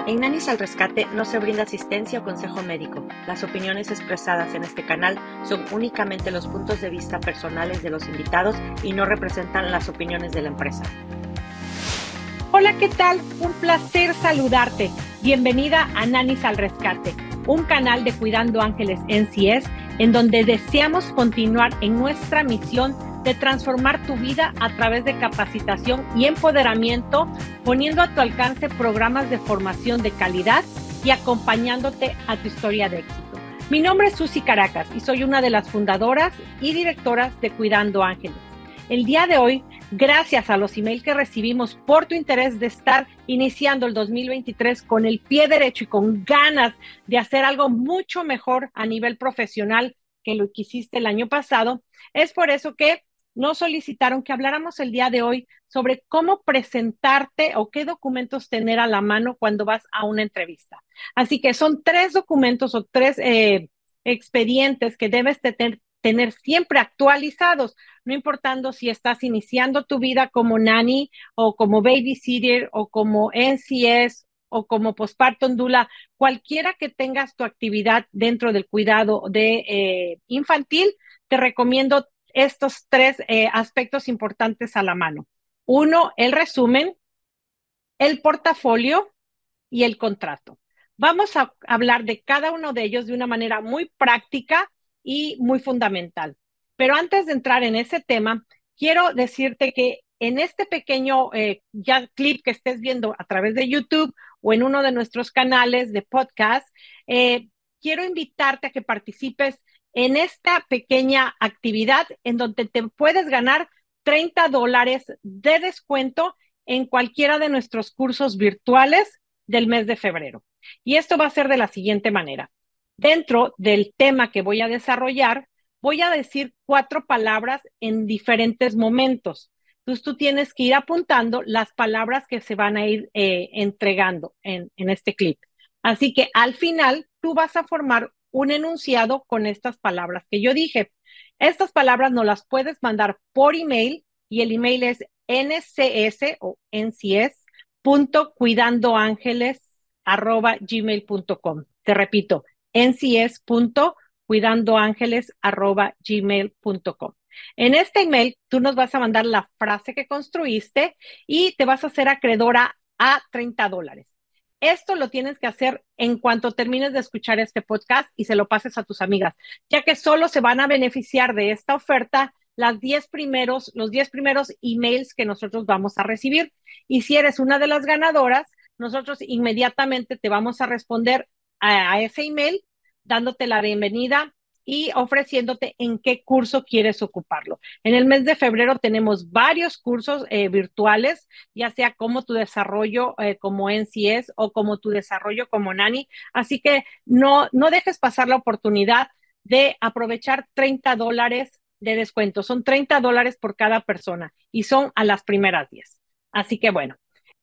En Nanis al Rescate no se brinda asistencia o consejo médico. Las opiniones expresadas en este canal son únicamente los puntos de vista personales de los invitados y no representan las opiniones de la empresa. Hola, ¿qué tal? Un placer saludarte. Bienvenida a Nanis al Rescate, un canal de Cuidando Ángeles NCS, en donde deseamos continuar en nuestra misión de transformar tu vida a través de capacitación y empoderamiento, poniendo a tu alcance programas de formación de calidad y acompañándote a tu historia de éxito. Mi nombre es Susi Caracas y soy una de las fundadoras y directoras de Cuidando Ángeles. El día de hoy, gracias a los emails que recibimos por tu interés de estar iniciando el 2023 con el pie derecho y con ganas de hacer algo mucho mejor a nivel profesional que lo que hiciste el año pasado, es por eso que nos solicitaron que habláramos el día de hoy sobre cómo presentarte o qué documentos tener a la mano cuando vas a una entrevista. Así que son 3 documentos o 3 expedientes que debes tener siempre actualizados, no importando si estás iniciando tu vida como nanny o como babysitter o como NCS o como postpartum doula, cualquiera que tengas tu actividad dentro del cuidado de infantil, te recomiendo estos 3 aspectos importantes a la mano. 1, el resumen, el portafolio y el contrato. Vamos a hablar de cada uno de ellos de una manera muy práctica y muy fundamental. Pero antes de entrar en ese tema, quiero decirte que en este pequeño clip que estés viendo a través de YouTube o en uno de nuestros canales de podcast, quiero invitarte a que participes en esta pequeña actividad en donde te puedes ganar $30 de descuento en cualquiera de nuestros cursos virtuales del mes de febrero. Y esto va a ser de la siguiente manera. Dentro del tema que voy a desarrollar, voy a decir 4 palabras en diferentes momentos. Entonces tú tienes que ir apuntando las palabras que se van a ir entregando en este clip. Así que al final tú vas a formar un enunciado con estas palabras que yo dije. Estas palabras nos las puedes mandar por email y el email es ncs o ncs.cuidandoangeles@gmail.com. Te repito, ncs.cuidandoangeles@gmail.com. En este email, tú nos vas a mandar la frase que construiste y te vas a hacer acreedora a $30. Esto lo tienes que hacer en cuanto termines de escuchar este podcast y se lo pases a tus amigas, ya que solo se van a beneficiar de esta oferta los 10 primeros emails que nosotros vamos a recibir. Y si eres una de las ganadoras, nosotros inmediatamente te vamos a responder a ese email dándote la bienvenida y ofreciéndote en qué curso quieres ocuparlo. En el mes de febrero tenemos varios cursos virtuales, ya sea como tu desarrollo como NCS o como tu desarrollo como nanny. Así que no dejes pasar la oportunidad de aprovechar $30 de descuento. Son $30 por cada persona y son a las primeras 10. Así que bueno,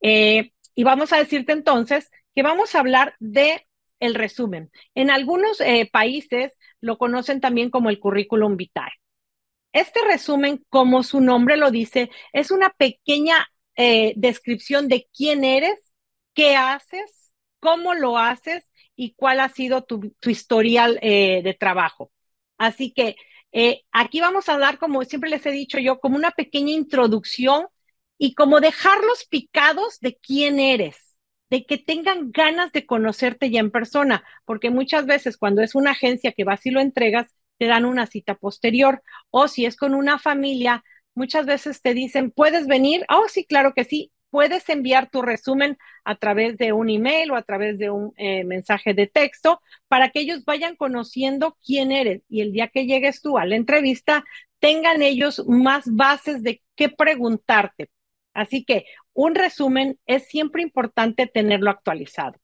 y vamos a decirte entonces que vamos a hablar de el resumen. En algunos países lo conocen también como el currículum vitae. Este resumen, como su nombre lo dice, es una pequeña descripción de quién eres, qué haces, cómo lo haces y cuál ha sido tu historial de trabajo. Así que aquí vamos a dar, como siempre les he dicho yo, como una pequeña introducción y como dejarlos picados de quién eres, de que tengan ganas de conocerte ya en persona, porque muchas veces cuando es una agencia que vas y lo entregas, te dan una cita posterior, o si es con una familia, muchas veces te dicen, ¿puedes venir? Oh, sí, claro que sí. Puedes enviar tu resumen a través de un email o a través de un mensaje de texto para que ellos vayan conociendo quién eres y el día que llegues tú a la entrevista tengan ellos más bases de qué preguntarte. Así que un resumen es siempre importante tenerlo actualizado.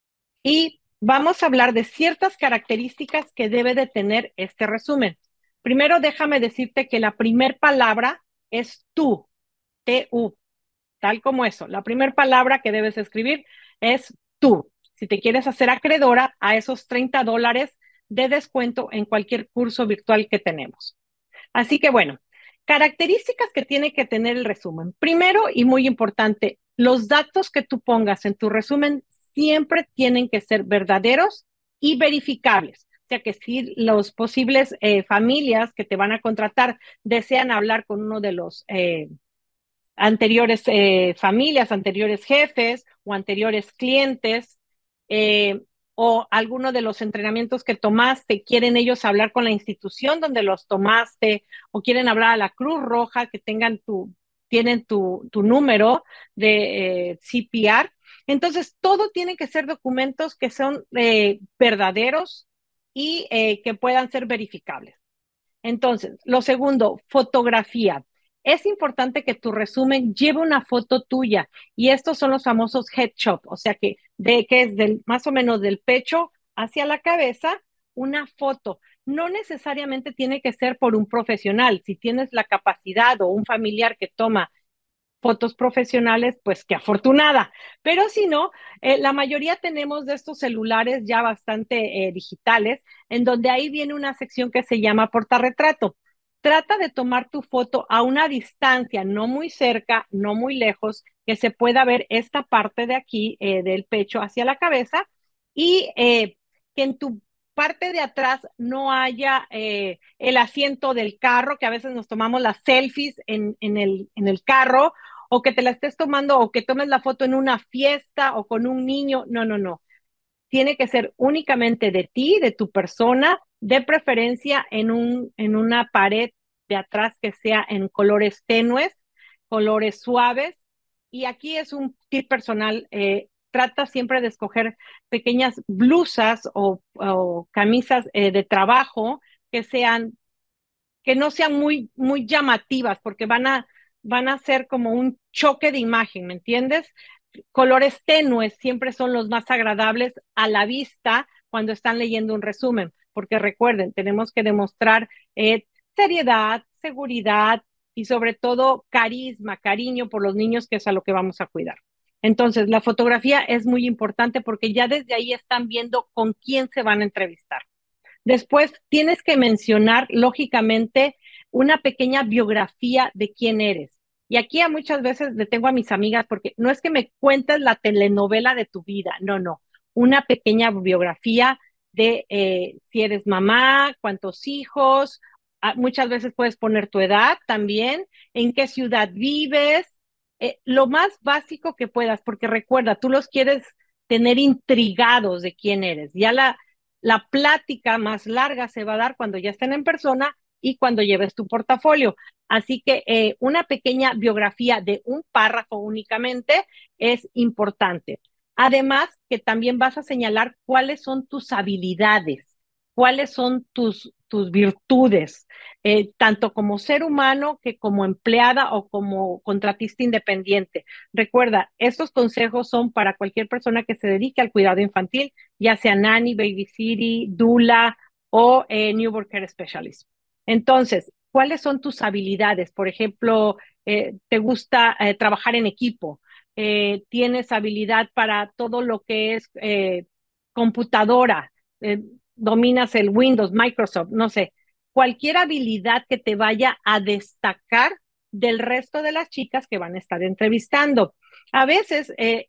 Y vamos a hablar de ciertas características que debe de tener este resumen. Primero, déjame decirte que la primer palabra es tú, T-U, tal como eso. La primera palabra que debes escribir es tú. Si te quieres hacer acreedora a esos $30 de descuento en cualquier curso virtual que tenemos. Así que bueno, características que tiene que tener el resumen. Primero y muy importante, los datos que tú pongas en tu resumen siempre tienen que ser verdaderos y verificables. O sea que si los posibles familias que te van a contratar desean hablar con uno de los anteriores familias, anteriores jefes o anteriores clientes, eh, o alguno de los entrenamientos que tomaste, quieren ellos hablar con la institución donde los tomaste o quieren hablar a la Cruz Roja que tienen tu número de CPR. Entonces, todo tiene que ser documentos que son verdaderos y que puedan ser verificables. Entonces, lo segundo, fotografía. Es importante que tu resumen lleve una foto tuya y estos son los famosos headshot, o sea que es más o menos del pecho hacia la cabeza, una foto. No necesariamente tiene que ser por un profesional. Si tienes la capacidad o un familiar que toma fotos profesionales, pues qué afortunada. Pero si no, la mayoría tenemos de estos celulares ya bastante digitales, en donde ahí viene una sección que se llama portarretrato. Trata de tomar tu foto a una distancia, no muy cerca, no muy lejos, que se pueda ver esta parte de aquí, del pecho hacia la cabeza, y que en tu parte de atrás no haya el asiento del carro, que a veces nos tomamos las selfies en el carro, o que te la estés tomando o que tomes la foto en una fiesta o con un niño. No, no, no. Tiene que ser únicamente de ti, de tu persona, de preferencia en una pared de atrás que sea en colores tenues, colores suaves. Y aquí es un tip personal. Trata siempre de escoger pequeñas blusas o camisas de trabajo que sean que no sean muy llamativas, porque van a ser como un choque de imagen, ¿me entiendes? Colores tenues siempre son los más agradables a la vista cuando están leyendo un resumen, porque recuerden, tenemos que demostrar seriedad, seguridad y sobre todo carisma, cariño por los niños, que es a lo que vamos a cuidar. Entonces, la fotografía es muy importante porque ya desde ahí están viendo con quién se van a entrevistar. Después tienes que mencionar, lógicamente, una pequeña biografía de quién eres. Y aquí a muchas veces le tengo a mis amigas porque no es que me cuentes la telenovela de tu vida, no, no, una pequeña biografía de si eres mamá, cuántos hijos, muchas veces puedes poner tu edad también, en qué ciudad vives, lo más básico que puedas, porque recuerda, tú los quieres tener intrigados de quién eres. Ya la plática más larga se va a dar cuando ya estén en persona y cuando lleves tu portafolio. Así que una pequeña biografía de un párrafo únicamente es importante. Además, que también vas a señalar cuáles son tus habilidades, cuáles son tus virtudes, tanto como ser humano que como empleada o como contratista independiente. Recuerda, estos consejos son para cualquier persona que se dedique al cuidado infantil, ya sea nanny, babysitter, doula o newborn care specialist. Entonces, ¿cuáles son tus habilidades? Por ejemplo, ¿te gusta trabajar en equipo? ¿Tienes habilidad para todo lo que es computadora? Eh, ¿Dominas el Windows, Microsoft? No sé. Cualquier habilidad que te vaya a destacar del resto de las chicas que van a estar entrevistando. A veces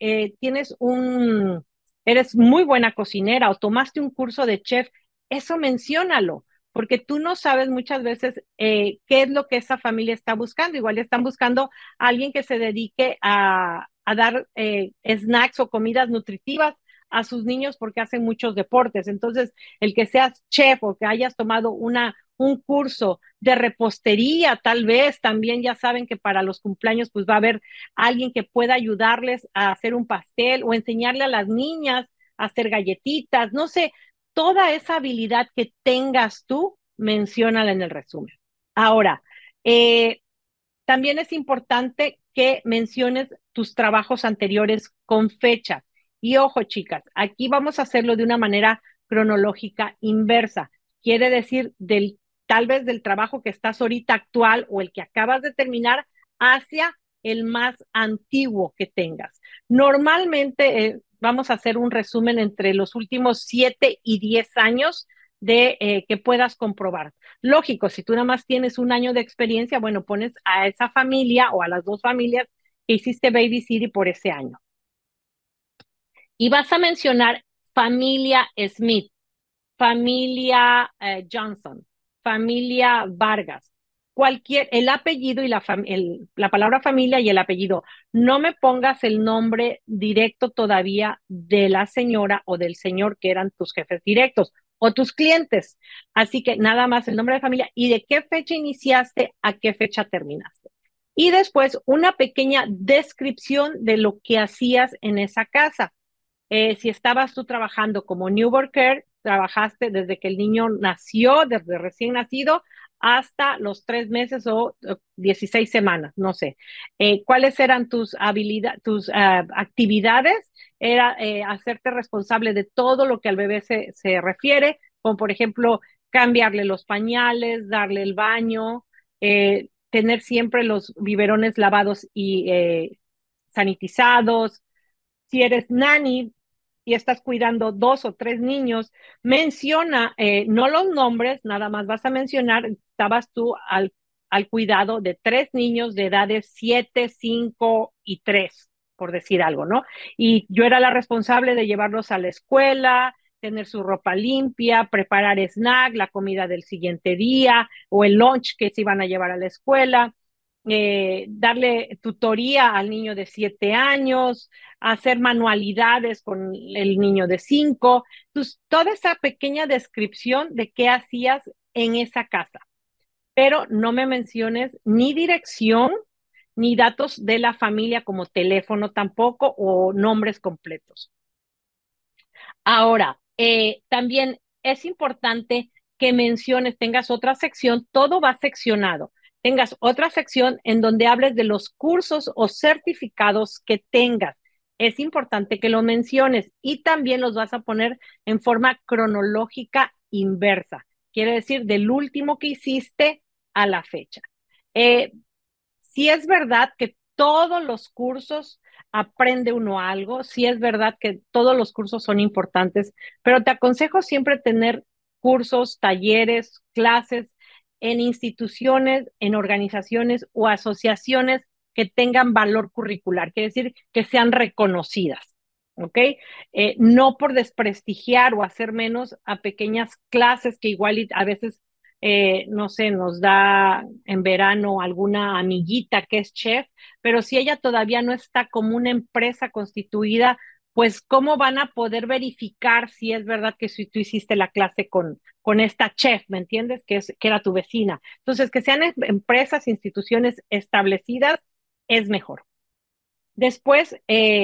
eres muy buena cocinera o tomaste un curso de chef, eso menciónalo, porque tú no sabes muchas veces qué es lo que esa familia está buscando. Igual están buscando a alguien que se dedique a dar snacks o comidas nutritivas a sus niños porque hacen muchos deportes. Entonces, el que seas chef o que hayas tomado un curso de repostería, tal vez también ya saben que para los cumpleaños pues va a haber alguien que pueda ayudarles a hacer un pastel o enseñarle a las niñas a hacer galletitas, no sé, toda esa habilidad que tengas tú, menciónala en el resumen. Ahora, eh, también es importante que menciones tus trabajos anteriores con fecha. Y ojo, chicas, aquí vamos a hacerlo de una manera cronológica inversa. Quiere decir tal vez del trabajo que estás ahorita actual o el que acabas de terminar hacia el más antiguo que tengas. Normalmente vamos a hacer un resumen entre los últimos 7 y 10 años de que puedas comprobar. Lógico, si tú nada más tienes un año de experiencia, bueno, pones a esa familia o a las dos familias que hiciste babysitter por ese año. y vas a mencionar familia Smith, familia Johnson, familia Vargas, cualquier, el apellido y la palabra familia y el apellido. No me pongas el nombre directo todavía de la señora o del señor que eran tus jefes directos o tus clientes. Así que nada más el nombre de familia y de qué fecha iniciaste a qué fecha terminaste. Y después una pequeña descripción de lo que hacías en esa casa. Si estabas tú trabajando como newborn care, trabajaste desde que el niño nació, desde recién nacido, hasta los 3 meses o 16 semanas, no sé. ¿Cuáles eran tus habilidades, tus actividades? Era hacerte responsable de todo lo que al bebé se refiere, como por ejemplo cambiarle los pañales, darle el baño, tener siempre los biberones lavados y sanitizados. Si eres nanny y estás cuidando 2 o 3 niños, menciona, no los nombres, nada más vas a mencionar, estabas tú al cuidado de 3 niños de edades 7, 5 y 3, por decir algo, ¿no? Y yo era la responsable de llevarlos a la escuela, tener su ropa limpia, preparar snack, la comida del siguiente día o el lunch que se iban a llevar a la escuela, darle tutoría al niño de 7 años, hacer manualidades con el niño de 5. Entonces, toda esa pequeña descripción de qué hacías en esa casa, pero no me menciones ni dirección, ni datos de la familia como teléfono tampoco o nombres completos. Ahora, también es importante que menciones, tengas otra sección, todo va seccionado, tengas otra sección en donde hables de los cursos o certificados que tengas. Es importante que lo menciones y también los vas a poner en forma cronológica inversa. Quiere decir, del último que hiciste a la fecha. Eh, si es verdad que todos los cursos aprende uno algo, si es verdad que todos los cursos son importantes, pero te aconsejo siempre tener cursos, talleres, clases en instituciones, en organizaciones o asociaciones que tengan valor curricular, quiere decir que sean reconocidas, ¿ok? No por desprestigiar o hacer menos a pequeñas clases que igual a veces no sé, nos da en verano alguna amiguita que es chef, pero si ella todavía no está como una empresa constituida, pues ¿cómo van a poder verificar si es verdad que si tú hiciste la clase con esta chef, ¿me entiendes? Que era tu vecina. Entonces, que sean empresas, instituciones establecidas, es mejor. Después,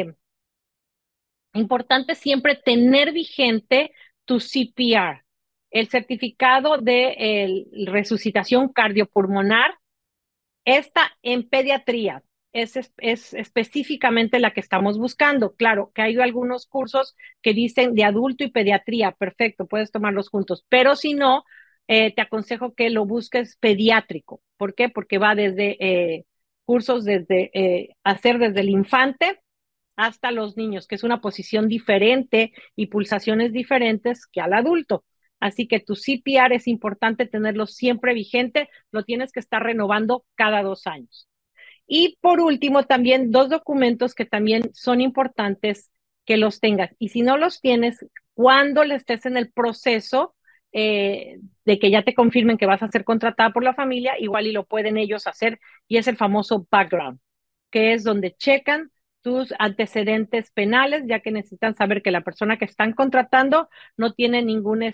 importante siempre tener vigente tu CPR, el certificado de resucitación cardiopulmonar. Esta en pediatría es específicamente la que estamos buscando. Claro que hay algunos cursos que dicen de adulto y pediatría, perfecto, puedes tomarlos juntos, pero si no, te aconsejo que lo busques pediátrico. ¿Por qué? Porque va desde cursos desde hacer desde el infante hasta los niños, que es una posición diferente y pulsaciones diferentes que al adulto. Así que tu CPR es importante tenerlo siempre vigente, lo tienes que estar renovando cada 2 años. Y por último, también 2 documentos que también son importantes que los tengas. Y si no los tienes, cuando le estés en el proceso de que ya te confirmen que vas a ser contratada por la familia, igual y lo pueden ellos hacer, y es el famoso background, que es donde checan tus antecedentes penales, ya que necesitan saber que la persona que están contratando no tiene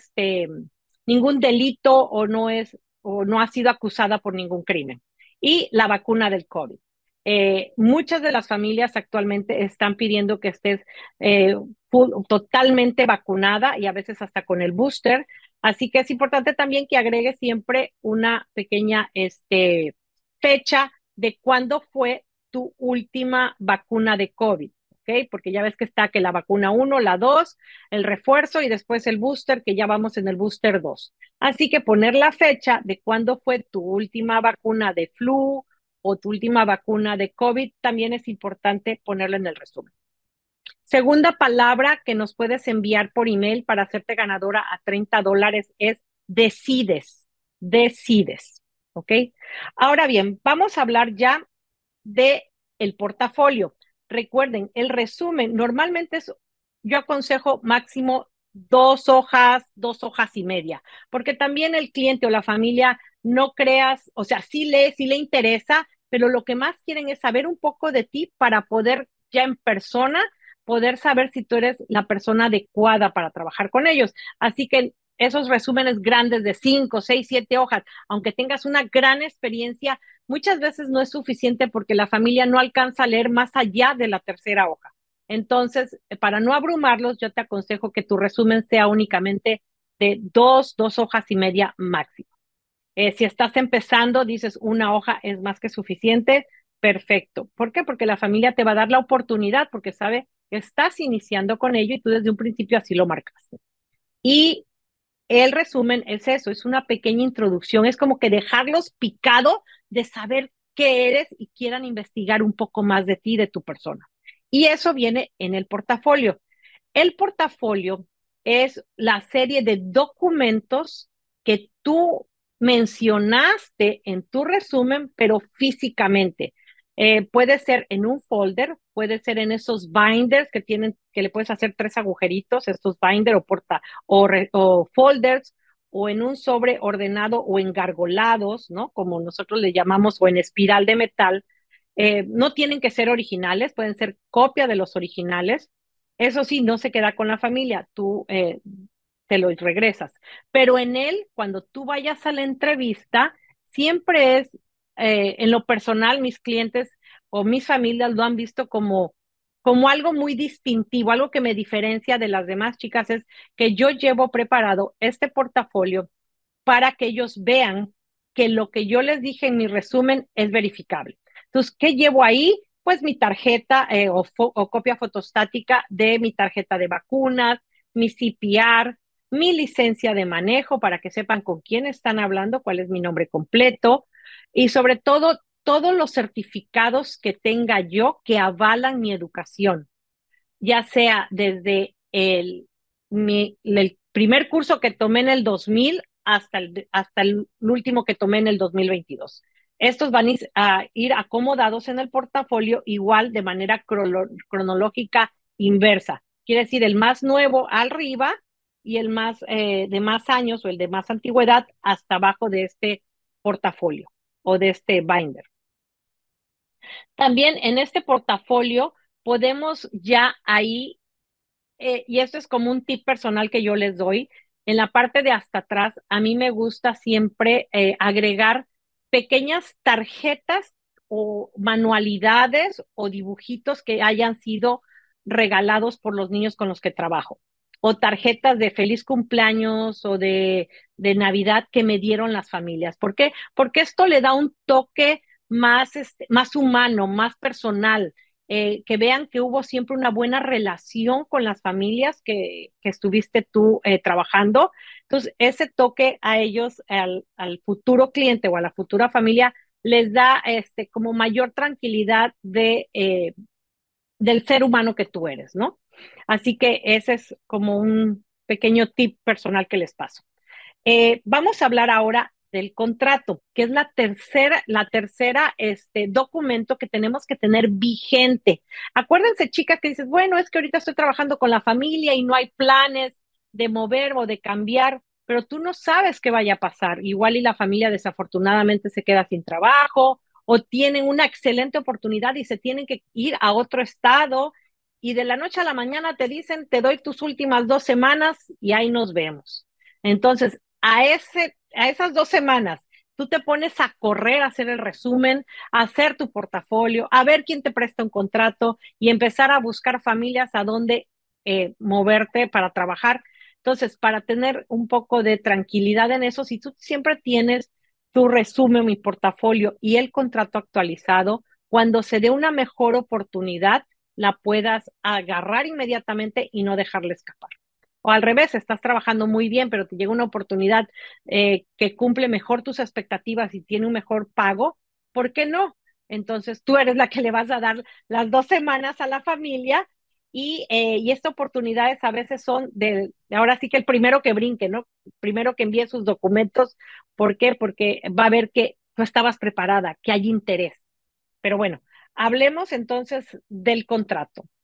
ningún delito o no ha sido acusada por ningún crimen. Y la vacuna del COVID. Muchas de las familias actualmente están pidiendo que estés totalmente vacunada y a veces hasta con el booster. Así que es importante también que agregues siempre una pequeña fecha de cuándo fue tu última vacuna de COVID, ¿ok? Porque ya ves que está que la vacuna 1, la 2, el refuerzo y después el booster, que ya vamos en el booster 2. Así que poner la fecha de cuándo fue tu última vacuna de flu o tu última vacuna de COVID también es importante ponerla en el resumen. Segunda palabra que nos puedes enviar por email para hacerte ganadora a $30 es decides, decides, ¿ok? Ahora bien, vamos a hablar ya de el portafolio. Recuerden, el resumen normalmente es yo aconsejo máximo 2 hojas y media, porque también el cliente o la familia no creas, o sea, sí lee, sí le interesa, pero lo que más quieren es saber un poco de ti para poder ya en persona, poder saber si tú eres la persona adecuada para trabajar con ellos. Así que esos resúmenes grandes de 5, 6, 7 hojas, aunque tengas una gran experiencia, muchas veces no es suficiente porque la familia no alcanza a leer más allá de la tercera hoja. Entonces, para no abrumarlos, yo te aconsejo que tu resumen sea únicamente de 2 hojas y media máximo. Si estás empezando, dices 1 hoja es más que suficiente, perfecto. ¿Por qué? Porque la familia te va a dar la oportunidad, porque sabe que estás iniciando con ello y tú desde un principio así lo marcaste. Y el resumen es eso, es una pequeña introducción, es como que dejarlos picado de saber qué eres y quieran investigar un poco más de ti, de tu persona. Y eso viene en el portafolio. El portafolio es la serie de documentos que tú mencionaste en tu resumen, pero físicamente. Puede ser en un folder, puede ser en esos binders que tienen, que le puedes hacer 3 agujeritos, estos binders o folders, o en un sobre ordenado o engargolados, ¿no? Como nosotros le llamamos, o en espiral de metal. No tienen que ser originales, pueden ser copia de los originales. Eso sí, no se queda con la familia, tú te lo regresas. Pero en él, cuando tú vayas a la entrevista, siempre es, en lo personal, mis clientes o mis familias lo han visto como algo muy distintivo, algo que me diferencia de las demás chicas, es que yo llevo preparado este portafolio para que ellos vean que lo que yo les dije en mi resumen es verificable. Entonces, ¿qué llevo ahí? Pues mi tarjeta o copia fotostática de mi tarjeta de vacunas, mi CPR, mi licencia de manejo para que sepan con quién están hablando, cuál es mi nombre completo y sobre todo todos los certificados que tenga yo que avalan mi educación, ya sea desde el primer curso que tomé en el 2000 hasta el último que tomé en el 2022. Estos van a ir acomodados en el portafolio igual de manera cronológica inversa. Quiere decir, el más nuevo arriba y el más de más años o el de más antigüedad hasta abajo de este portafolio o de este binder. También en este portafolio podemos ya ahí y esto es como un tip personal que yo les doy, en la parte de hasta atrás, a mí me gusta siempre agregar pequeñas tarjetas o manualidades o dibujitos que hayan sido regalados por los niños con los que trabajo. O tarjetas de feliz cumpleaños o de Navidad que me dieron las familias. ¿Por qué? Porque esto le da un toque más, más humano, más personal, que vean que hubo siempre una buena relación con las familias que estuviste tú trabajando. Entonces, ese toque a ellos, al futuro cliente o a la futura familia, les da como mayor tranquilidad del ser humano que tú eres, ¿no? Así que ese es como un pequeño tip personal que les paso. Vamos a hablar ahora del contrato, que es la tercera documento que tenemos que tener vigente. Acuérdense, chicas, que dices, bueno, es que ahorita estoy trabajando con la familia y no hay planes de mover o de cambiar, pero tú no sabes qué vaya a pasar. Igual y la familia desafortunadamente se queda sin trabajo o tienen una excelente oportunidad y se tienen que ir a otro estado y de la noche a la mañana te dicen, te doy tus últimas 2 semanas y ahí nos vemos. Entonces, a esas 2 semanas, tú te pones a correr, a hacer el resumen, a hacer tu portafolio, a ver quién te presta un contrato y empezar a buscar familias a dónde moverte para trabajar. Entonces, para tener un poco de tranquilidad en eso, si tú siempre tienes tu resumen, mi portafolio y el contrato actualizado, cuando se dé una mejor oportunidad, la puedas agarrar inmediatamente y no dejarla escapar. O al revés, estás trabajando muy bien, pero te llega una oportunidad que cumple mejor tus expectativas y tiene un mejor pago, ¿por qué no? Entonces tú eres la que le vas a dar las 2 semanas a la familia y estas oportunidades a veces son ahora sí que el primero que brinque, ¿no? Primero que envíe sus documentos. ¿Por qué? Porque va a ver que tú estabas preparada, que hay interés. Pero bueno, hablemos entonces del contrato.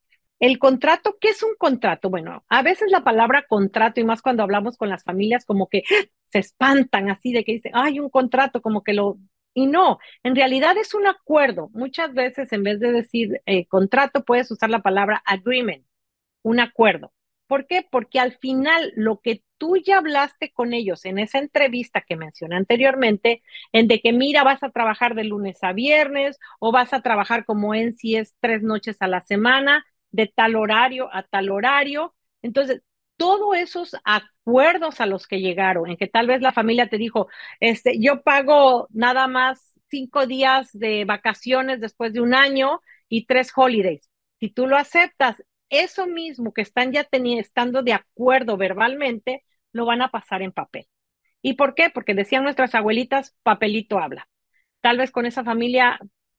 el contrato, ¿qué es un contrato? Bueno, a veces la palabra contrato, y más cuando hablamos con las familias, como que se espantan así de que dicen, ay, un contrato, como que lo... Y no, en realidad es un acuerdo. Muchas veces en vez de decir contrato, puedes usar la palabra agreement, un acuerdo. ¿Por qué? Porque al final lo que tú ya hablaste con ellos en esa entrevista que mencioné anteriormente, en de que mira, vas a trabajar de lunes a viernes o vas a trabajar como en si es 3 noches a la semana, de tal horario a tal horario. Entonces, todos esos acuerdos a los que llegaron, en que tal vez la familia te dijo, yo pago nada más 5 días de vacaciones después de un año y 3 holidays. Si tú lo aceptas, eso mismo que están ya estando de acuerdo verbalmente, lo van a pasar en papel. ¿Y por qué? Porque decían nuestras abuelitas, papelito habla. Tal vez con esa familia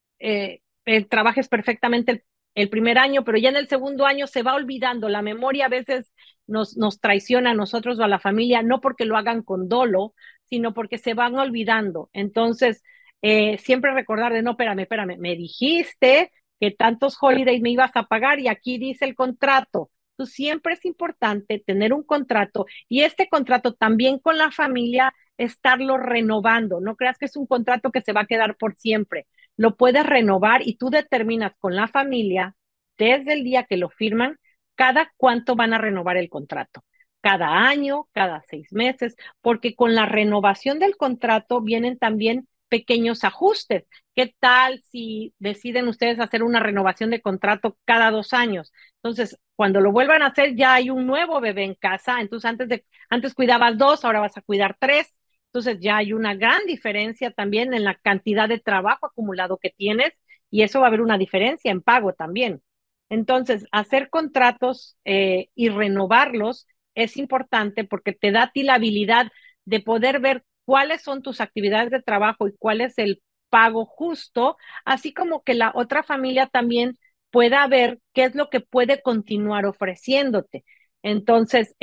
trabajes perfectamente el primer año, pero ya en el segundo año se va olvidando. La memoria a veces nos traiciona a nosotros o a la familia, no porque lo hagan con dolo, sino porque se van olvidando. Entonces, siempre recordar de, no, espérame, me dijiste que tantos holidays me ibas a pagar y aquí dice el contrato. Entonces, siempre es importante tener un contrato y este contrato también con la familia estarlo renovando. No creas que es un contrato que se va a quedar por siempre. Lo puedes renovar y tú determinas con la familia desde el día que lo firman cada cuánto van a renovar el contrato. Cada año, cada 6 meses, porque con la renovación del contrato vienen también pequeños ajustes. ¿Qué tal si deciden ustedes hacer una renovación de contrato cada 2 años? Entonces, cuando lo vuelvan a hacer, ya hay un nuevo bebé en casa. Entonces, antes cuidabas dos, ahora vas a cuidar tres. Entonces, ya hay una gran diferencia también en la cantidad de trabajo acumulado que tienes y eso va a haber una diferencia en pago también. Entonces, hacer contratos y renovarlos es importante porque te da a ti la habilidad de poder ver cuáles son tus actividades de trabajo y cuál es el pago justo, así como que la otra familia también pueda ver qué es lo que puede continuar ofreciéndote. Entonces,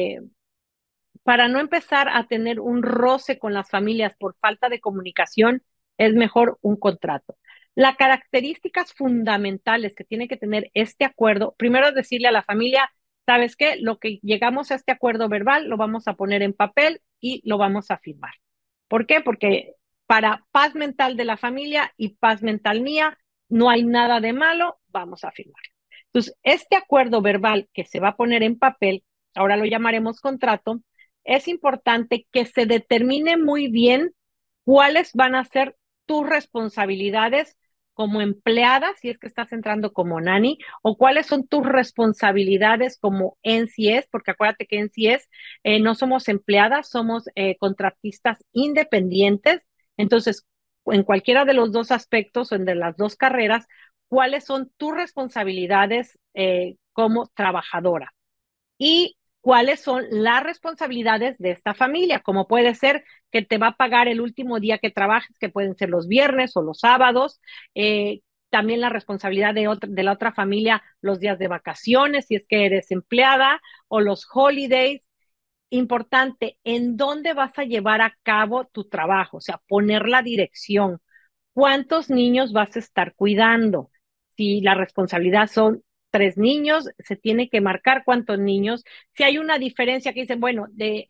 para no empezar a tener un roce con las familias por falta de comunicación, es mejor un contrato. Las características fundamentales que tiene que tener este acuerdo, primero es decirle a la familia, ¿sabes qué? Lo que llegamos a este acuerdo verbal lo vamos a poner en papel y lo vamos a firmar. ¿Por qué? Porque para paz mental de la familia y paz mental mía, no hay nada de malo, vamos a firmar. Entonces, este acuerdo verbal que se va a poner en papel, ahora lo llamaremos contrato, es importante que se determine muy bien cuáles van a ser tus responsabilidades como empleada, si es que estás entrando como nani, o cuáles son tus responsabilidades como NCS, porque acuérdate que NCS no somos empleadas, somos contratistas independientes. Entonces, en cualquiera de los dos aspectos o en de las dos carreras, cuáles son tus responsabilidades como trabajadora y cuáles son las responsabilidades de esta familia, como puede ser que te va a pagar el último día que trabajes, que pueden ser los viernes o los sábados, también la responsabilidad de la otra familia, los días de vacaciones, si es que eres empleada, o los holidays. Importante, ¿en dónde vas a llevar a cabo tu trabajo? O sea, poner la dirección. ¿Cuántos niños vas a estar cuidando? Si la responsabilidad son 3 niños, se tiene que marcar cuántos niños. Si hay una diferencia que dicen, bueno,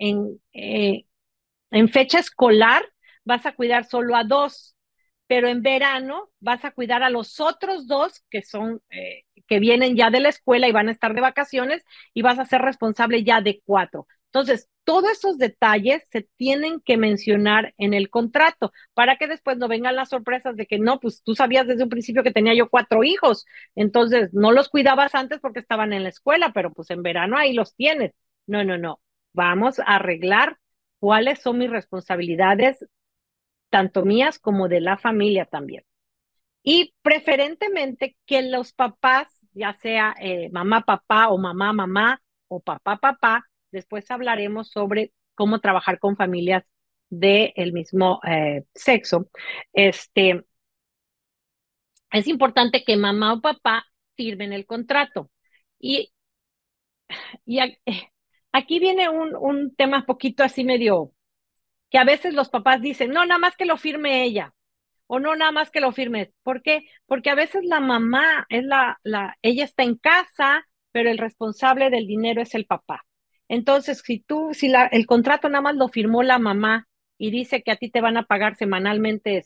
en fecha escolar vas a cuidar solo a dos, pero en verano vas a cuidar a los otros dos que son, que vienen ya de la escuela y van a estar de vacaciones y vas a ser responsable ya de cuatro. Entonces, todos esos detalles se tienen que mencionar en el contrato para que después no vengan las sorpresas de que no, pues tú sabías desde un principio que tenía yo 4 hijos, entonces no los cuidabas antes porque estaban en la escuela, pero pues en verano ahí los tienes. No, no, no. Vamos a arreglar cuáles son mis responsabilidades, tanto mías como de la familia también. Y preferentemente que los papás, ya sea mamá, papá o mamá, mamá o papá, papá, después hablaremos sobre cómo trabajar con familias del mismo sexo. Este, es importante que mamá o papá firmen el contrato. Y, y aquí viene un tema poquito así medio, que a veces los papás dicen, no, nada más que lo firme ella. o no nada más que lo firmes. ¿Por qué? Porque a veces la mamá es ella está en casa, pero el responsable del dinero es el papá. Entonces, el contrato nada más lo firmó la mamá y dice que a ti te van a pagar semanalmente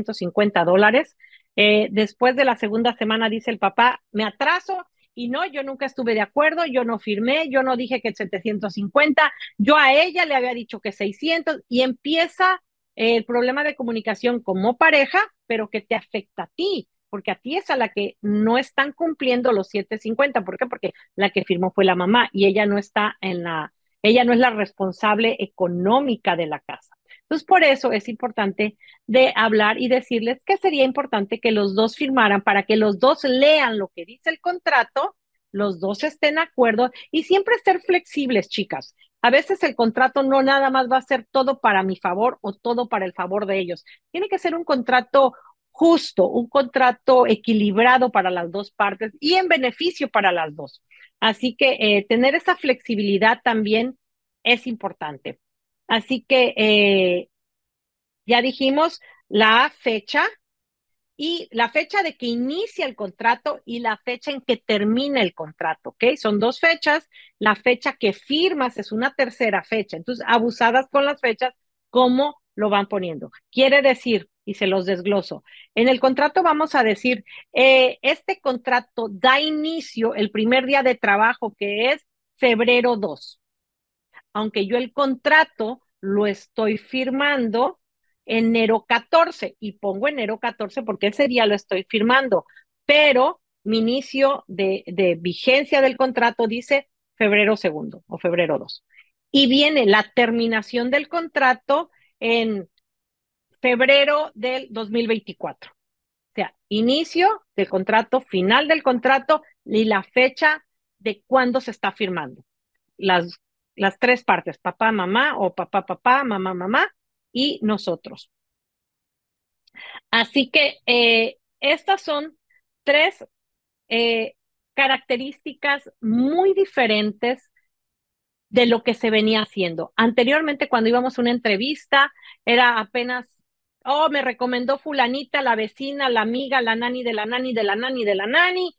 $750, después de la segunda semana dice el papá, me atraso y no, yo nunca estuve de acuerdo, yo no firmé, yo no dije que 750, yo a ella le había dicho que 600 y empieza el problema de comunicación como pareja, pero que te afecta a ti, porque a ti es a la que no están cumpliendo los 750. ¿Por qué? Porque la que firmó fue la mamá y ella no está ella no es la responsable económica de la casa. Entonces, por eso es importante de hablar y decirles que sería importante que los dos firmaran para que los dos lean lo que dice el contrato, los dos estén de acuerdo y siempre ser flexibles, chicas. A veces el contrato no nada más va a ser todo para mi favor o todo para el favor de ellos. Tiene que ser un contrato justo, un contrato equilibrado para las dos partes y en beneficio para las dos. Así que tener esa flexibilidad también es importante. Así que ya dijimos la fecha y la fecha de que inicia el contrato y la fecha en que termina el contrato, ¿ok? Son dos fechas, la fecha que firmas es una tercera fecha, entonces abusadas con las fechas, ¿cómo lo van poniendo? Quiere decir, y se los desgloso, en el contrato vamos a decir, este contrato da inicio el primer día de trabajo que es febrero 2, aunque yo el contrato lo estoy firmando enero 14 y pongo enero 14 porque ese día lo estoy firmando, pero mi inicio de vigencia del contrato dice febrero 2 o febrero 2. Y viene la terminación del contrato en febrero del 2024. O sea, inicio del contrato, final del contrato y la fecha de cuándo se está firmando las, las tres partes, papá, mamá o papá, papá, mamá, mamá y nosotros. Así que estas son tres eh, características muy diferentes de lo que se venía haciendo. Anteriormente, cuando íbamos a una entrevista, era apenas, oh, me recomendó fulanita, la vecina, la amiga, la nani de la nani de la nani de la nani,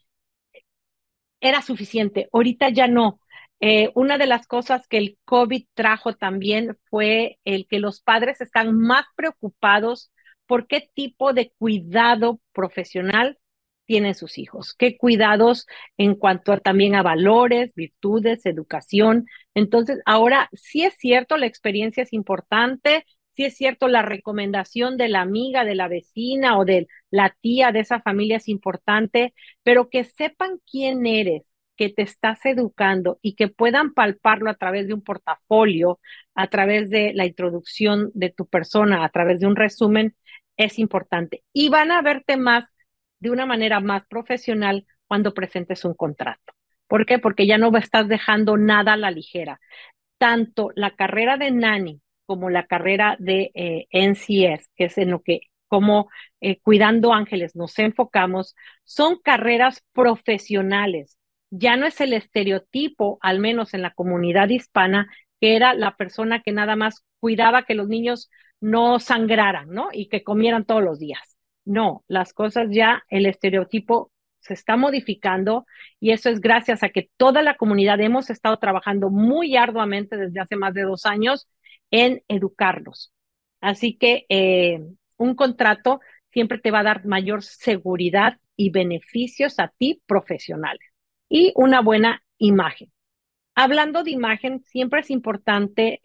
era suficiente. Ahorita ya no. Una de las cosas que el COVID trajo también fue el que los padres están más preocupados por qué tipo de cuidado profesional tienen sus hijos, qué cuidados en cuanto también a valores, virtudes, educación. Entonces, ahora sí es cierto, la experiencia es importante, sí es cierto, la recomendación de la amiga, de la vecina o de la tía de esa familia es importante, pero que sepan quién eres, que te estás educando y que puedan palparlo a través de un portafolio, a través de la introducción de tu persona, a través de un resumen, es importante. Y van a verte más de una manera más profesional cuando presentes un contrato. ¿Por qué? Porque ya no estás dejando nada a la ligera. Tanto la carrera de Nani como la carrera de NCS, que es en lo que como Cuidando Ángeles nos enfocamos, son carreras profesionales. Ya no es el estereotipo, al menos en la comunidad hispana, que era la persona que nada más cuidaba que los niños no sangraran, ¿no? Y que comieran todos los días. No, las cosas ya, el estereotipo se está modificando y eso es gracias a que toda la comunidad hemos estado trabajando muy arduamente desde hace más de 2 años en educarlos. Así que un contrato siempre te va a dar mayor seguridad y beneficios a ti profesionales y una buena imagen. Hablando de imagen, siempre es importante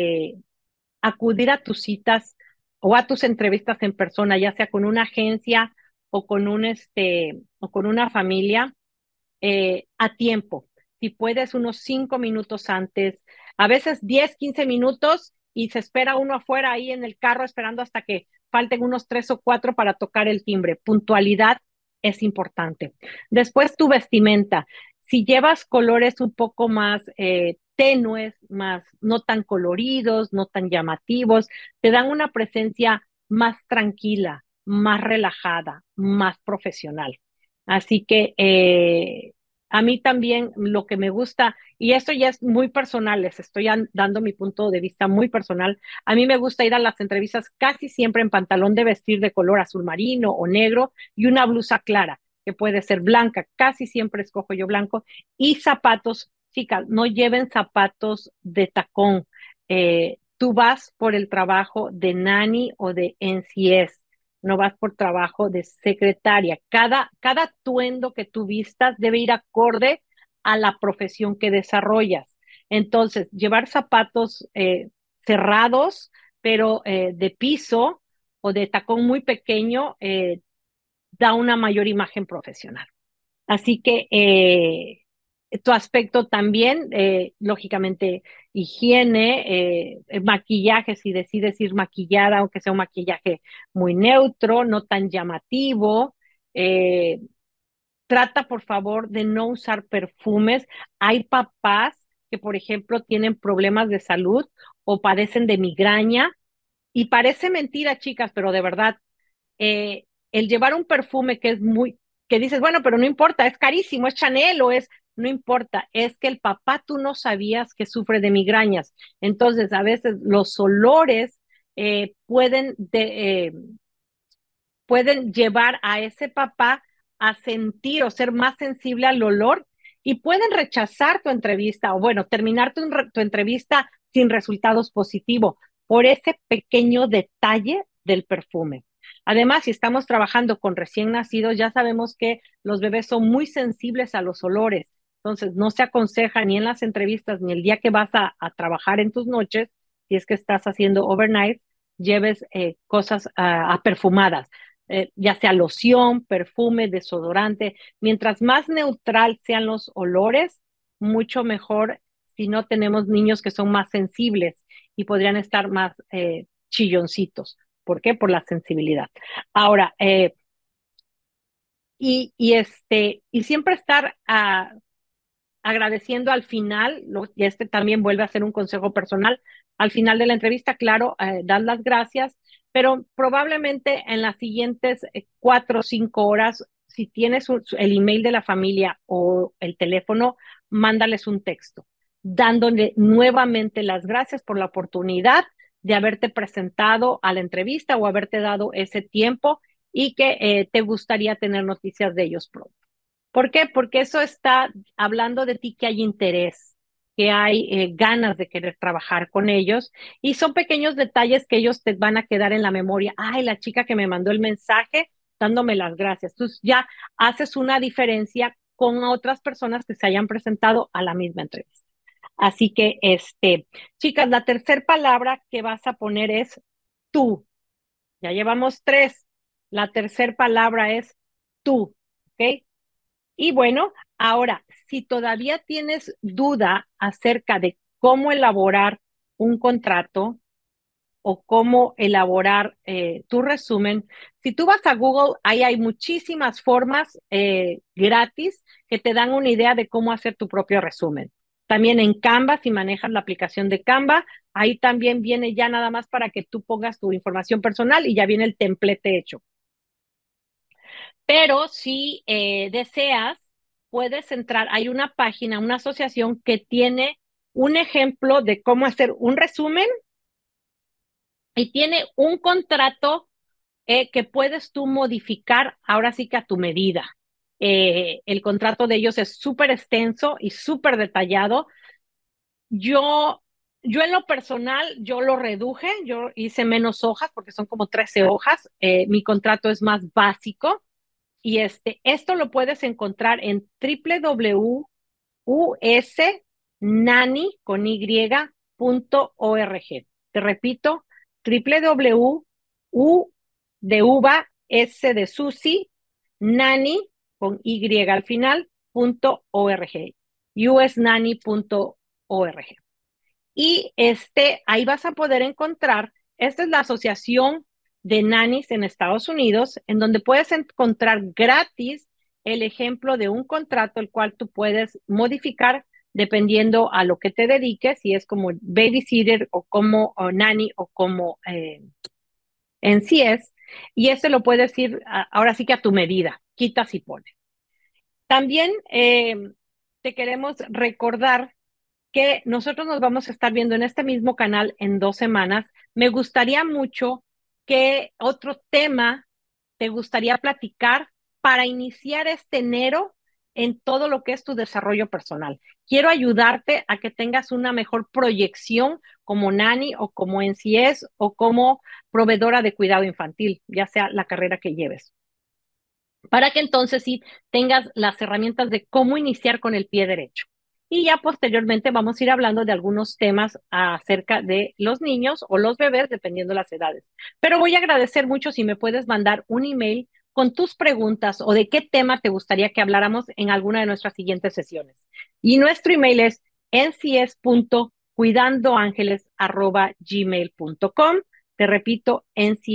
acudir a tus citas o a tus entrevistas en persona, ya sea con una agencia o con o con una familia a tiempo. Si puedes, unos 5 minutos antes, a veces 10, 15 minutos y se espera uno afuera ahí en el carro esperando hasta que falten unos 3 o 4 para tocar el timbre. Puntualidad es importante. Después tu vestimenta. Si llevas colores un poco más tenues, más no tan coloridos, no tan llamativos, te dan una presencia más tranquila, más relajada, más profesional. Así que a mí también lo que me gusta, y esto ya es muy personal, les estoy dando mi punto de vista muy personal, a mí me gusta ir a las entrevistas casi siempre en pantalón de vestir de color azul marino o negro y una blusa clara, que puede ser blanca, casi siempre escojo yo blanco, y zapatos, chicas, no lleven zapatos de tacón. Tú vas por el trabajo de nanny o de NCS, no vas por trabajo de secretaria. Cada atuendo que tú vistas debe ir acorde a la profesión que desarrollas. Entonces, llevar zapatos cerrados, pero de piso o de tacón muy pequeño, da una mayor imagen profesional. Así que tu aspecto también, lógicamente, higiene, maquillaje, si decides ir maquillada, aunque sea un maquillaje muy neutro, no tan llamativo. eh, Trata, por favor, de no usar perfumes. Hay papás que, por ejemplo, tienen problemas de salud o padecen de migraña. Y parece mentira, chicas, pero de verdad, el llevar un perfume que es muy, que dices, bueno, pero no importa, es carísimo, es Chanel o es, no importa, es que el papá tú no sabías que sufre de migrañas. Entonces, a veces los olores pueden llevar a ese papá a sentir o ser más sensible al olor y pueden rechazar tu entrevista o bueno, terminar tu entrevista sin resultados positivos por ese pequeño detalle del perfume. Además, si estamos trabajando con recién nacidos, ya sabemos que los bebés son muy sensibles a los olores. Entonces, no se aconseja ni en las entrevistas ni el día que vas a trabajar en tus noches, si es que estás haciendo overnight, lleves cosas perfumadas, ya sea loción, perfume, desodorante. Mientras más neutral sean los olores, mucho mejor si no tenemos niños que son más sensibles y podrían estar más chilloncitos. ¿Por qué? Por la sensibilidad. Ahora, y siempre estar agradeciendo al final, y este también vuelve a ser un consejo personal, al final de la entrevista, claro, dar las gracias, pero probablemente en las siguientes 4 o 5 horas, si tienes el email de la familia o el teléfono, mándales un texto, dándole nuevamente las gracias por la oportunidad de haberte presentado a la entrevista o haberte dado ese tiempo y que te gustaría tener noticias de ellos pronto. ¿Por qué? Porque eso está hablando de ti, que hay interés, que hay ganas de querer trabajar con ellos y son pequeños detalles que ellos te van a quedar en la memoria. Ay, la chica que me mandó el mensaje dándome las gracias. Tú ya haces una diferencia con otras personas que se hayan presentado a la misma entrevista. Así que, chicas, la tercera palabra que vas a poner es tú. Ya llevamos 3. La tercera palabra es tú, ¿ok? Y bueno, ahora, si todavía tienes duda acerca de cómo elaborar un contrato o cómo elaborar tu resumen, si tú vas a Google, ahí hay muchísimas formas gratis que te dan una idea de cómo hacer tu propio resumen. También en Canva, si manejas la aplicación de Canva, ahí también viene ya nada más para que tú pongas tu información personal y ya viene el templete hecho. Pero si deseas, puedes entrar, hay una página, una asociación que tiene un ejemplo de cómo hacer un resumen y tiene un contrato que puedes tú modificar ahora sí que a tu medida. El contrato de ellos es súper extenso y súper detallado. Yo, yo en lo personal, yo lo reduje, yo hice menos hojas porque son como 13 hojas. Mi contrato es más básico. Y esto lo puedes encontrar en www.usnani.org. Te repito, www.u de uva, s de susi, nani con y al final, .org. usnani.org. Y ahí vas a poder encontrar, esta es la Asociación de Nannies en Estados Unidos, en donde puedes encontrar gratis el ejemplo de un contrato, el cual tú puedes modificar dependiendo a lo que te dediques, si es como babysitter o como nanny o como en sí es, y ese lo puedes ir ahora sí que a tu medida, quitas y pones. También te queremos recordar que nosotros nos vamos a estar viendo en este mismo canal en 2 semanas. Me gustaría mucho que otro tema te gustaría platicar para iniciar este enero en todo lo que es tu desarrollo personal. Quiero ayudarte a que tengas una mejor proyección como nani o como NCS o como proveedora de cuidado infantil, ya sea la carrera que lleves, para que entonces sí tengas las herramientas de cómo iniciar con el pie derecho. Y ya posteriormente vamos a ir hablando de algunos temas acerca de los niños o los bebés, dependiendo de las edades. Pero voy a agradecer mucho si me puedes mandar un email con tus preguntas o de qué tema te gustaría que habláramos en alguna de nuestras siguientes sesiones. Y nuestro email es ncs.cuidandoangeles@gmail.com. Te repito,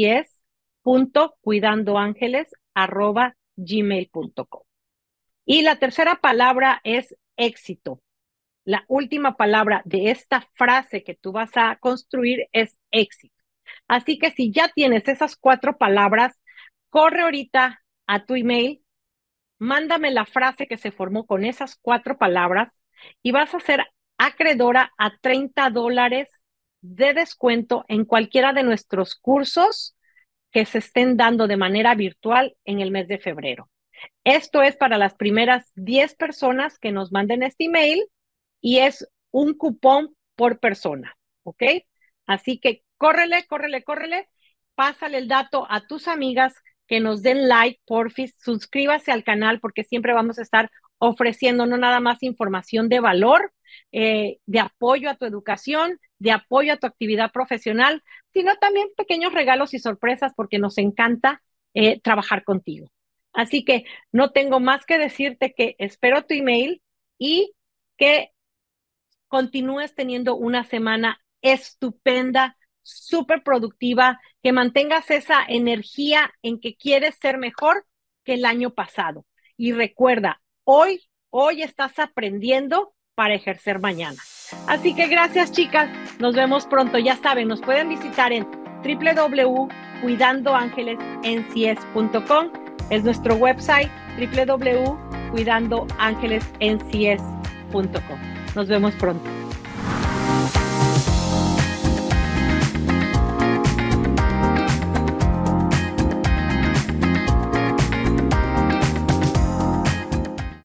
ncs.cuidandoangeles@gmail.com. Y la tercera palabra es éxito. La última palabra de esta frase que tú vas a construir es éxito. Así que si ya tienes esas 4 palabras, corre ahorita a tu email, mándame la frase que se formó con esas 4 palabras y vas a ser acreedora a $30 de descuento en cualquiera de nuestros cursos que se estén dando de manera virtual en el mes de febrero. Esto es para las primeras 10 personas que nos manden este email y es un cupón por persona, ¿ok? Así que córrele, pásale el dato a tus amigas que nos den like, porfis, suscríbase al canal porque siempre vamos a estar ofreciendo no nada más información de valor, de apoyo a tu educación, de apoyo a tu actividad profesional, sino también pequeños regalos y sorpresas porque nos encanta trabajar contigo. Así que no tengo más que decirte que espero tu email y que continúes teniendo una semana estupenda, súper productiva, que mantengas esa energía en que quieres ser mejor que el año pasado. Y recuerda, hoy estás aprendiendo para ejercer mañana. Así que gracias, chicas. Nos vemos pronto. Ya saben, nos pueden visitar en www.cuidandoangelesncs.com. Es nuestro website, www.cuidandoangelesncs.com. Nos vemos pronto.